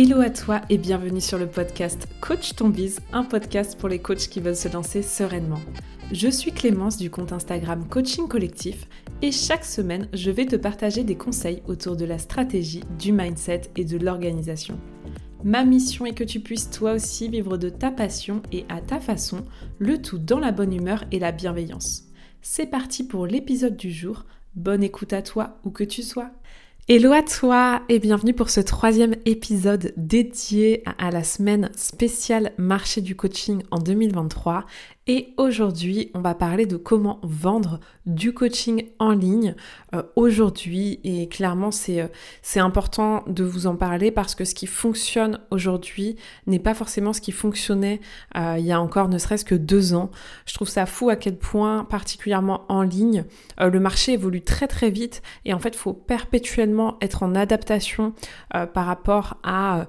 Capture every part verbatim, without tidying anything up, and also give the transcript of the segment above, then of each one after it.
Hello à toi et bienvenue sur le podcast Coach ton biz, un podcast pour les coachs qui veulent se lancer sereinement. Je suis Clémence du compte Instagram Coaching Collectif et chaque semaine, je vais te partager des conseils autour de la stratégie, du mindset et de l'organisation. Ma mission est que tu puisses toi aussi vivre de ta passion et à ta façon, le tout dans la bonne humeur et la bienveillance. C'est parti pour l'épisode du jour. Bonne écoute à toi où que tu sois. Hello à toi et bienvenue pour ce troisième épisode dédié à la semaine spéciale marché du coaching en deux mille vingt-trois. Et aujourd'hui, on va parler de comment vendre du coaching en ligne euh, aujourd'hui. Et clairement, c'est, euh, c'est important de vous en parler parce que ce qui fonctionne aujourd'hui n'est pas forcément ce qui fonctionnait euh, il y a encore ne serait-ce que deux ans. Je trouve ça fou à quel point, particulièrement en ligne, euh, le marché évolue très très vite. Et en fait, il faut perpétuellement être en adaptation euh, par rapport à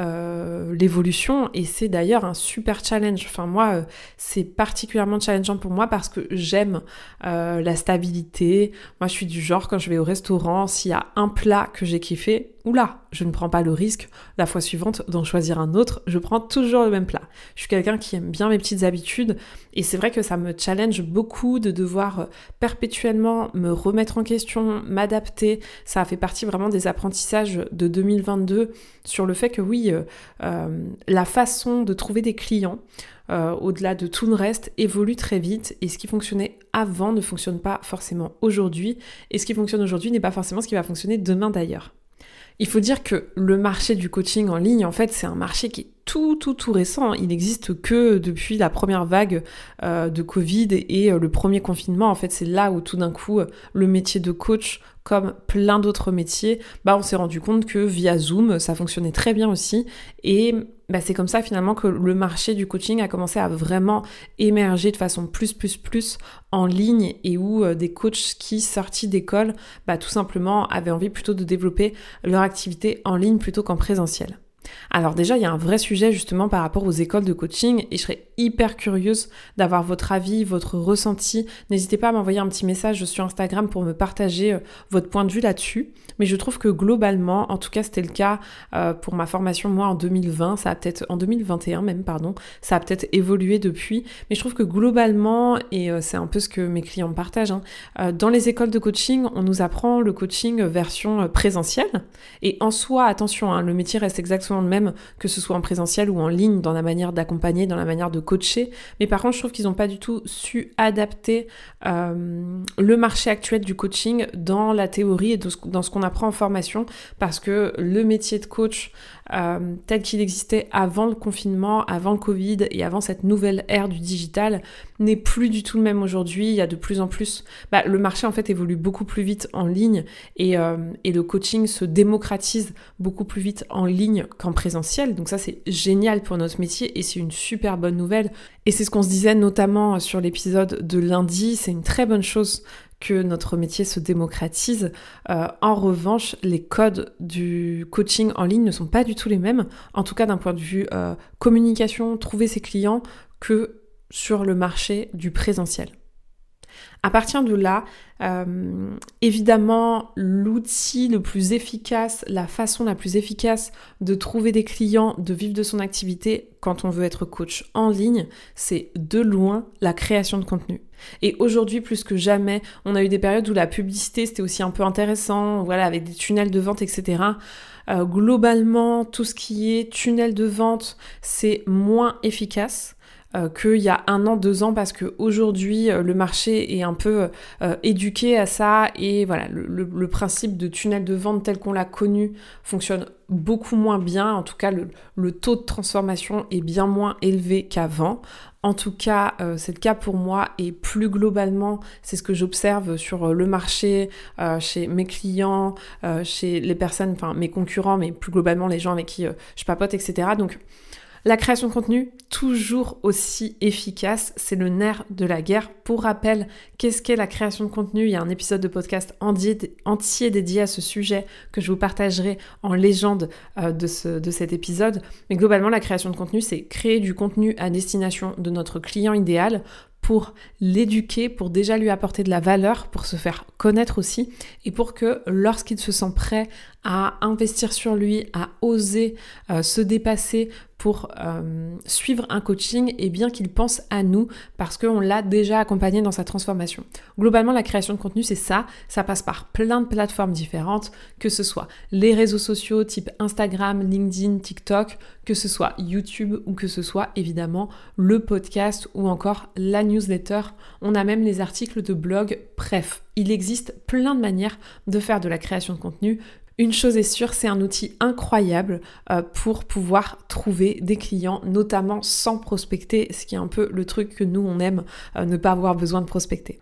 euh, l'évolution. Et c'est d'ailleurs un super challenge. Enfin, moi, euh, c'est particulièrement particulièrement challengeant pour moi parce que j'aime euh, la stabilité. Moi, je suis du genre, quand je vais au restaurant, s'il y a un plat que j'ai kiffé, oula, je ne prends pas le risque la fois suivante d'en choisir un autre. Je prends toujours le même plat. Je suis quelqu'un qui aime bien mes petites habitudes et c'est vrai que ça me challenge beaucoup de devoir perpétuellement me remettre en question, m'adapter. Ça a fait partie vraiment des apprentissages de deux mille vingt-deux sur le fait que oui, euh, euh, la façon de trouver des clients, Euh, au-delà de tout le reste, évolue très vite et ce qui fonctionnait avant ne fonctionne pas forcément aujourd'hui et ce qui fonctionne aujourd'hui n'est pas forcément ce qui va fonctionner demain d'ailleurs. Il faut dire que le marché du coaching en ligne, en fait, c'est un marché qui est tout, tout, tout récent. Il n'existe que depuis la première vague euh, de Covid et, et euh, le premier confinement. En fait, c'est là où tout d'un coup, euh, le métier de coach, comme plein d'autres métiers, bah, on s'est rendu compte que via Zoom, ça fonctionnait très bien aussi. Et bah, c'est comme ça finalement que le marché du coaching a commencé à vraiment émerger de façon plus, plus, plus en ligne et où euh, des coachs qui, sortis d'école, bah, tout simplement avaient envie plutôt de développer leur activité en ligne plutôt qu'en présentiel. Alors déjà, il y a un vrai sujet justement par rapport aux écoles de coaching et je serais hyper curieuse d'avoir votre avis, votre ressenti. N'hésitez pas à m'envoyer un petit message sur Instagram pour me partager euh, votre point de vue là-dessus. Mais je trouve que globalement, en tout cas c'était le cas euh, pour ma formation moi en deux mille vingt, ça a peut-être en deux mille vingt et un même pardon, ça a peut-être évolué depuis. Mais je trouve que globalement, et euh, c'est un peu ce que mes clients me partagent, hein, euh, dans les écoles de coaching, on nous apprend le coaching version euh, présentielle. Et en soi, attention, hein, le métier reste exactement le même que ce soit en présentiel ou en ligne dans la manière d'accompagner, dans la manière de coacher. Mais par contre, je trouve qu'ils n'ont pas du tout su adapter euh, le marché actuel du coaching dans la théorie et dans ce qu'on apprend en formation parce que le métier de coach euh, tel qu'il existait avant le confinement, avant le Covid et avant cette nouvelle ère du digital n'est plus du tout le même aujourd'hui. Il y a de plus en plus... Bah, le marché en fait évolue beaucoup plus vite en ligne et, euh, et le coaching se démocratise beaucoup plus vite en ligne qu'en présentiel. Donc ça, c'est génial pour notre métier et c'est une super bonne nouvelle. Et c'est ce qu'on se disait notamment sur l'épisode de lundi. C'est une très bonne chose que notre métier se démocratise. Euh, en revanche, les codes du coaching en ligne ne sont pas du tout les mêmes, en tout cas d'un point de vue euh, communication, trouver ses clients, que sur le marché du présentiel. À partir de là, euh, évidemment, l'outil le plus efficace, la façon la plus efficace de trouver des clients, de vivre de son activité quand on veut être coach en ligne, c'est de loin la création de contenu. Et aujourd'hui, plus que jamais, on a eu des périodes où la publicité, c'était aussi un peu intéressant, voilà, avec des tunnels de vente, et cetera. Euh, globalement, tout ce qui est tunnel de vente, c'est moins efficace Euh, qu'il y a un an, deux ans, parce qu'aujourd'hui, euh, le marché est un peu euh, éduqué à ça et voilà, le, le, le principe de tunnel de vente tel qu'on l'a connu fonctionne beaucoup moins bien. En tout cas, le, le taux de transformation est bien moins élevé qu'avant. En tout cas, euh, c'est le cas pour moi et plus globalement, c'est ce que j'observe sur le marché, euh, chez mes clients, euh, chez les personnes, enfin mes concurrents, mais plus globalement les gens avec qui euh, je papote, et cetera. Donc, la création de contenu, toujours aussi efficace, c'est le nerf de la guerre. Pour rappel, qu'est-ce qu'est la création de contenu ? Il y a un épisode de podcast entier dédié à ce sujet que je vous partagerai en légende euh, de, ce, de cet épisode. Mais globalement, la création de contenu, c'est créer du contenu à destination de notre client idéal pour l'éduquer, pour déjà lui apporter de la valeur, pour se faire connaître aussi, et pour que lorsqu'il se sent prêt à investir sur lui, à oser euh, se dépasser pour euh, suivre un coaching, et bien qu'il pense à nous parce qu'on l'a déjà accompagné dans sa transformation. Globalement, la création de contenu, c'est ça. Ça passe par plein de plateformes différentes, que ce soit les réseaux sociaux type Instagram, LinkedIn, TikTok, que ce soit YouTube ou que ce soit évidemment le podcast ou encore la newsletter. On a même les articles de blog. Bref, il existe plein de manières de faire de la création de contenu. Une chose est sûre, c'est un outil incroyable euh, pour pouvoir trouver des clients, notamment sans prospecter, ce qui est un peu le truc que nous on aime, euh, ne pas avoir besoin de prospecter.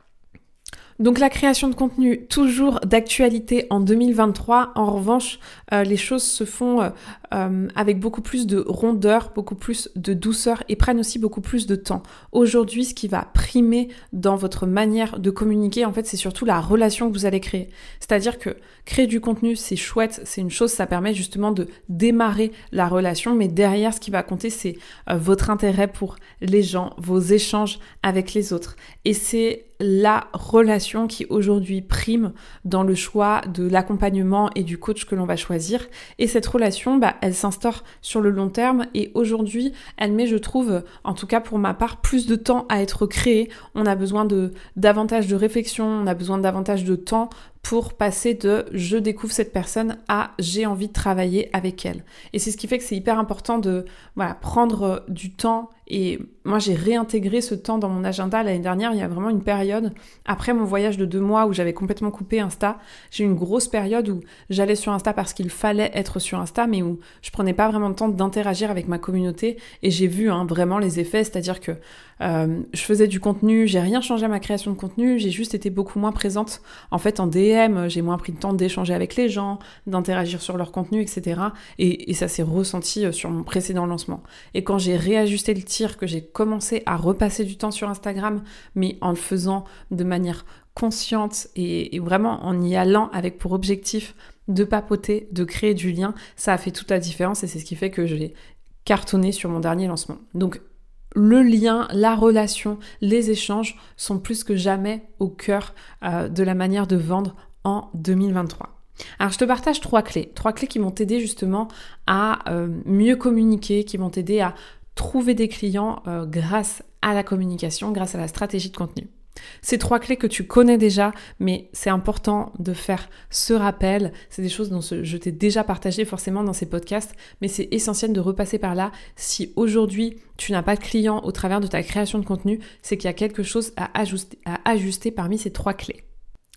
Donc la création de contenu, toujours d'actualité en deux mille vingt-trois. En revanche, euh, les choses se font euh, euh, avec beaucoup plus de rondeur, beaucoup plus de douceur et prennent aussi beaucoup plus de temps. Aujourd'hui, ce qui va primer dans votre manière de communiquer, en fait, c'est surtout la relation que vous allez créer. C'est-à-dire que créer du contenu, c'est chouette, c'est une chose, ça permet justement de démarrer la relation, mais derrière, ce qui va compter, c'est euh, votre intérêt pour les gens, vos échanges avec les autres. Et c'est la relation qui aujourd'hui prime dans le choix de l'accompagnement et du coach que l'on va choisir. Et cette relation, bah, elle s'instaure sur le long terme et aujourd'hui, elle met, je trouve, en tout cas pour ma part, plus de temps à être créée. On a besoin de davantage de réflexion, on a besoin de davantage de temps pour passer de « je découvre cette personne » à « j'ai envie de travailler avec elle ». Et c'est ce qui fait que c'est hyper important de voilà, prendre du temps. Et moi, j'ai réintégré ce temps dans mon agenda. L'année dernière, il y a vraiment une période, après mon voyage de deux mois où j'avais complètement coupé Insta, j'ai eu une grosse période où j'allais sur Insta parce qu'il fallait être sur Insta, mais où je prenais pas vraiment le temps d'interagir avec ma communauté. Et j'ai vu hein, vraiment les effets, c'est-à-dire que euh, je faisais du contenu, j'ai rien changé à ma création de contenu, j'ai juste été beaucoup moins présente en fait en D M, j'ai moins pris le temps d'échanger avec les gens, d'interagir sur leur contenu, et cetera. Et, et ça s'est ressenti sur mon précédent lancement. Et quand j'ai réajusté le tir, que j'ai commencé à repasser du temps sur Instagram, mais en le faisant de manière consciente et, et vraiment en y allant avec pour objectif de papoter, de créer du lien, ça a fait toute la différence et c'est ce qui fait que j'ai cartonné sur mon dernier lancement. Donc le lien, la relation, les échanges sont plus que jamais au cœur euh, de la manière de vendre en deux mille vingt-trois. Alors je te partage trois clés, trois clés qui vont t'aider justement à euh, mieux communiquer, qui vont t'aider à trouver des clients euh, grâce à la communication, grâce à la stratégie de contenu. Ces trois clés que tu connais déjà, mais c'est important de faire ce rappel. C'est des choses dont je t'ai déjà partagé forcément dans ces podcasts, mais c'est essentiel de repasser par là. Si aujourd'hui tu n'as pas de clients au travers de ta création de contenu, c'est qu'il y a quelque chose à ajuster, à ajuster parmi ces trois clés.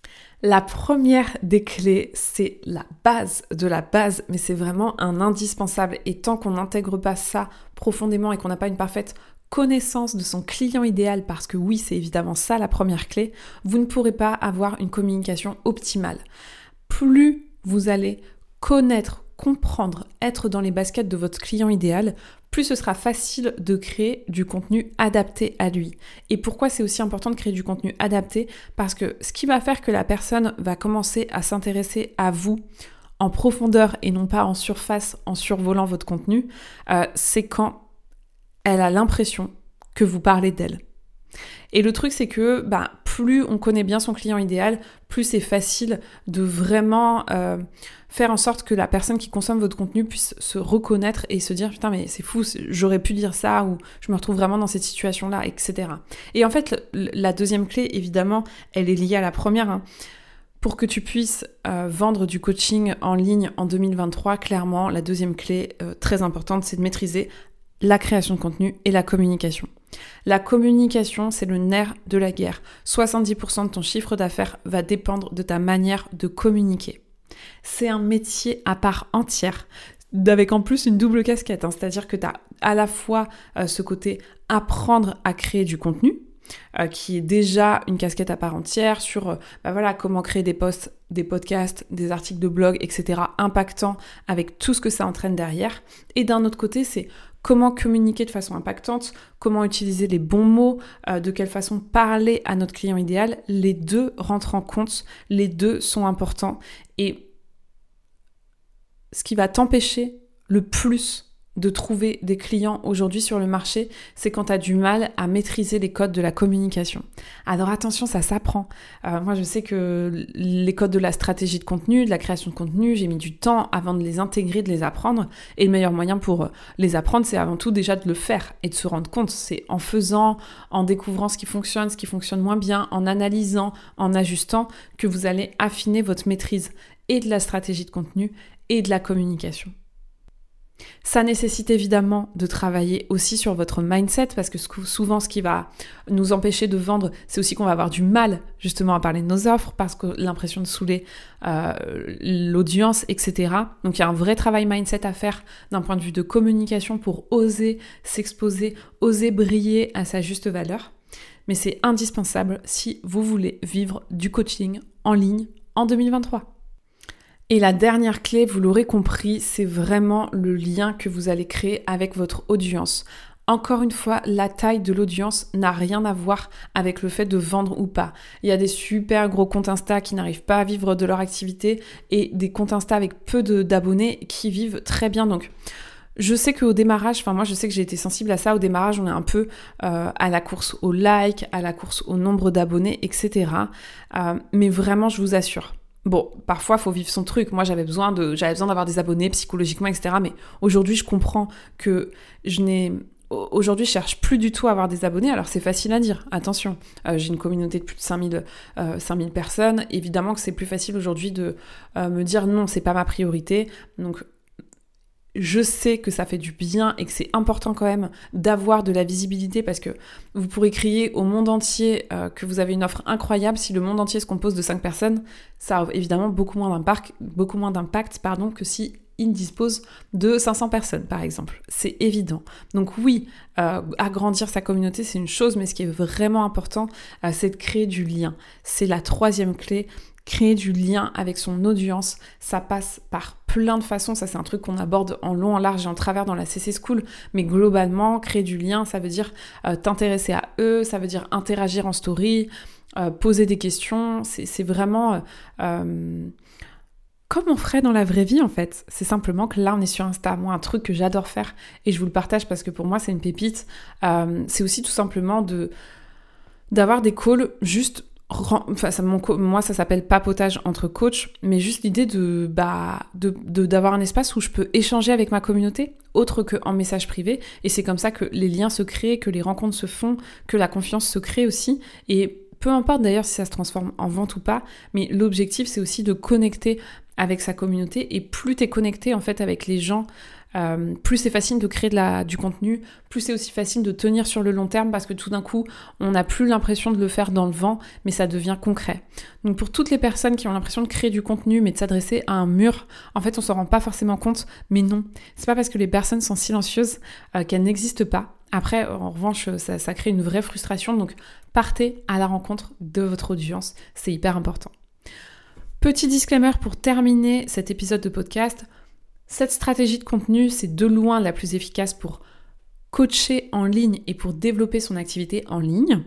La première des clés, c'est la base de la base, mais c'est vraiment un indispensable. Et tant qu'on n'intègre pas ça profondément et qu'on n'a pas une parfaite connaissance de son client idéal, parce que oui, c'est évidemment ça la première clé, vous ne pourrez pas avoir une communication optimale. Plus vous allez connaître, comprendre, être dans les baskets de votre client idéal, plus ce sera facile de créer du contenu adapté à lui. Et pourquoi c'est aussi important de créer du contenu adapté ? Parce que ce qui va faire que la personne va commencer à s'intéresser à vous en profondeur et non pas en surface, en survolant votre contenu, euh, c'est quand elle a l'impression que vous parlez d'elle. Et le truc, c'est que bah, plus on connaît bien son client idéal, plus c'est facile de vraiment euh, faire en sorte que la personne qui consomme votre contenu puisse se reconnaître et se dire « Putain, mais c'est fou, j'aurais pu dire ça » ou « Je me retrouve vraiment dans cette situation-là », et cetera. Et en fait, la deuxième clé, évidemment, elle est liée à la première. Hein. Pour que tu puisses euh, vendre du coaching en ligne en deux mille vingt-trois, clairement, la deuxième clé euh, très importante, c'est de maîtriser la création de contenu et la communication. La communication, c'est le nerf de la guerre. soixante-dix pour cent de ton chiffre d'affaires va dépendre de ta manière de communiquer. C'est un métier à part entière, avec en plus une double casquette, hein, c'est-à-dire que tu as à la fois euh, ce côté apprendre à créer du contenu, euh, qui est déjà une casquette à part entière sur euh, bah voilà, comment créer des posts, des podcasts, des articles de blog, et cetera impactants avec tout ce que ça entraîne derrière. Et d'un autre côté, c'est comment communiquer de façon impactante, comment utiliser les bons mots, euh, de quelle façon parler à notre client idéal. Les deux rentrent en compte, les deux sont importants. Et ce qui va t'empêcher le plus de trouver des clients aujourd'hui sur le marché, c'est quand tu as du mal à maîtriser les codes de la communication. Alors attention, ça s'apprend. Euh, moi, je sais que les codes de la stratégie de contenu, de la création de contenu, j'ai mis du temps avant de les intégrer, de les apprendre. Et le meilleur moyen pour les apprendre, c'est avant tout déjà de le faire et de se rendre compte. C'est en faisant, en découvrant ce qui fonctionne, ce qui fonctionne moins bien, en analysant, en ajustant, que vous allez affiner votre maîtrise et de la stratégie de contenu et de la communication. Ça nécessite évidemment de travailler aussi sur votre mindset parce que souvent ce qui va nous empêcher de vendre, c'est aussi qu'on va avoir du mal justement à parler de nos offres parce que l'impression de saouler euh, l'audience, et cetera. Donc il y a un vrai travail mindset à faire d'un point de vue de communication pour oser s'exposer, oser briller à sa juste valeur. Mais c'est indispensable si vous voulez vivre du coaching en ligne en deux mille vingt-trois. Et la dernière clé, vous l'aurez compris, c'est vraiment le lien que vous allez créer avec votre audience. Encore une fois, la taille de l'audience n'a rien à voir avec le fait de vendre ou pas. Il y a des super gros comptes Insta qui n'arrivent pas à vivre de leur activité et des comptes Insta avec peu de, d'abonnés qui vivent très bien. Donc, je sais qu'au démarrage, enfin moi je sais que j'ai été sensible à ça, au démarrage on est un peu euh, à la course au like, à la course au nombre d'abonnés, et cetera. Euh, mais vraiment, je vous assure. Bon, parfois, il faut vivre son truc. Moi, j'avais besoin de, j'avais besoin d'avoir des abonnés psychologiquement, et cetera. Mais aujourd'hui, je comprends que je n'ai... Aujourd'hui, je cherche plus du tout à avoir des abonnés. Alors, c'est facile à dire. Attention, euh, j'ai une communauté de plus de cinq mille, euh, cinq mille personnes. Évidemment que c'est plus facile aujourd'hui de euh, me dire non, c'est pas ma priorité. Donc, je sais que ça fait du bien et que c'est important quand même d'avoir de la visibilité parce que vous pourrez crier au monde entier euh, que vous avez une offre incroyable. Si le monde entier se compose de cinq personnes, ça a évidemment beaucoup moins d'impact, beaucoup moins d'impact pardon, que si il dispose de cinq cents personnes, par exemple. C'est évident. Donc oui, euh, agrandir sa communauté, c'est une chose, mais ce qui est vraiment important, euh, c'est de créer du lien. C'est la troisième clé. Créer du lien avec son audience, ça passe par plein de façons. Ça, c'est un truc qu'on aborde en long, en large et en travers dans la C C School. Mais globalement, créer du lien, ça veut dire euh, t'intéresser à eux, ça veut dire interagir en story, euh, poser des questions. C'est, c'est vraiment... Euh, comme on ferait dans la vraie vie en fait. C'est simplement que là on est sur Insta. Moi, un truc que j'adore faire et je vous le partage parce que pour moi c'est une pépite, euh, c'est aussi tout simplement de d'avoir des calls juste... Enfin, ça, mon, moi ça s'appelle papotage entre coachs, mais juste l'idée de, bah, de, de, d'avoir un espace où je peux échanger avec ma communauté, autre qu'en message privé, et c'est comme ça que les liens se créent, que les rencontres se font, que la confiance se crée aussi, et peu importe d'ailleurs si ça se transforme en vente ou pas, mais l'objectif c'est aussi de connecter avec sa communauté, et plus t'es connecté en fait avec les gens, Euh, plus c'est facile de créer de la, du contenu, plus c'est aussi facile de tenir sur le long terme parce que tout d'un coup, on n'a plus l'impression de le faire dans le vent, mais ça devient concret. Donc pour toutes les personnes qui ont l'impression de créer du contenu mais de s'adresser à un mur, en fait on s'en rend pas forcément compte, mais non. C'est pas parce que les personnes sont silencieuses euh, qu'elles n'existent pas. Après, en revanche, ça, ça crée une vraie frustration, donc partez à la rencontre de votre audience, c'est hyper important. Petit disclaimer pour terminer cet épisode de podcast. Cette stratégie de contenu, c'est de loin la plus efficace pour coacher en ligne et pour développer son activité en ligne.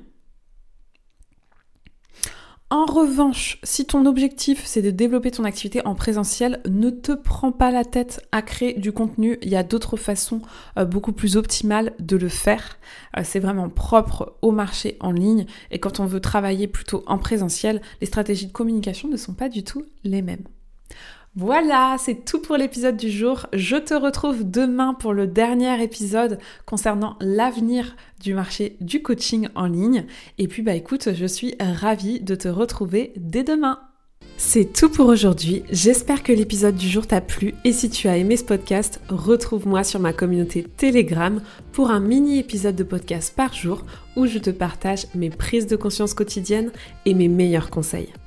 En revanche, si ton objectif c'est de développer ton activité en présentiel, ne te prends pas la tête à créer du contenu. Il y a d'autres façons euh, beaucoup plus optimales de le faire. Euh, c'est vraiment propre au marché en ligne. Et quand on veut travailler plutôt en présentiel, les stratégies de communication ne sont pas du tout les mêmes. Voilà, c'est tout pour l'épisode du jour. Je te retrouve demain pour le dernier épisode concernant l'avenir du marché du coaching en ligne. Et puis bah écoute, je suis ravie de te retrouver dès demain. C'est tout pour aujourd'hui. J'espère que l'épisode du jour t'a plu et si tu as aimé ce podcast, retrouve-moi sur ma communauté Telegram pour un mini épisode de podcast par jour où je te partage mes prises de conscience quotidiennes et mes meilleurs conseils.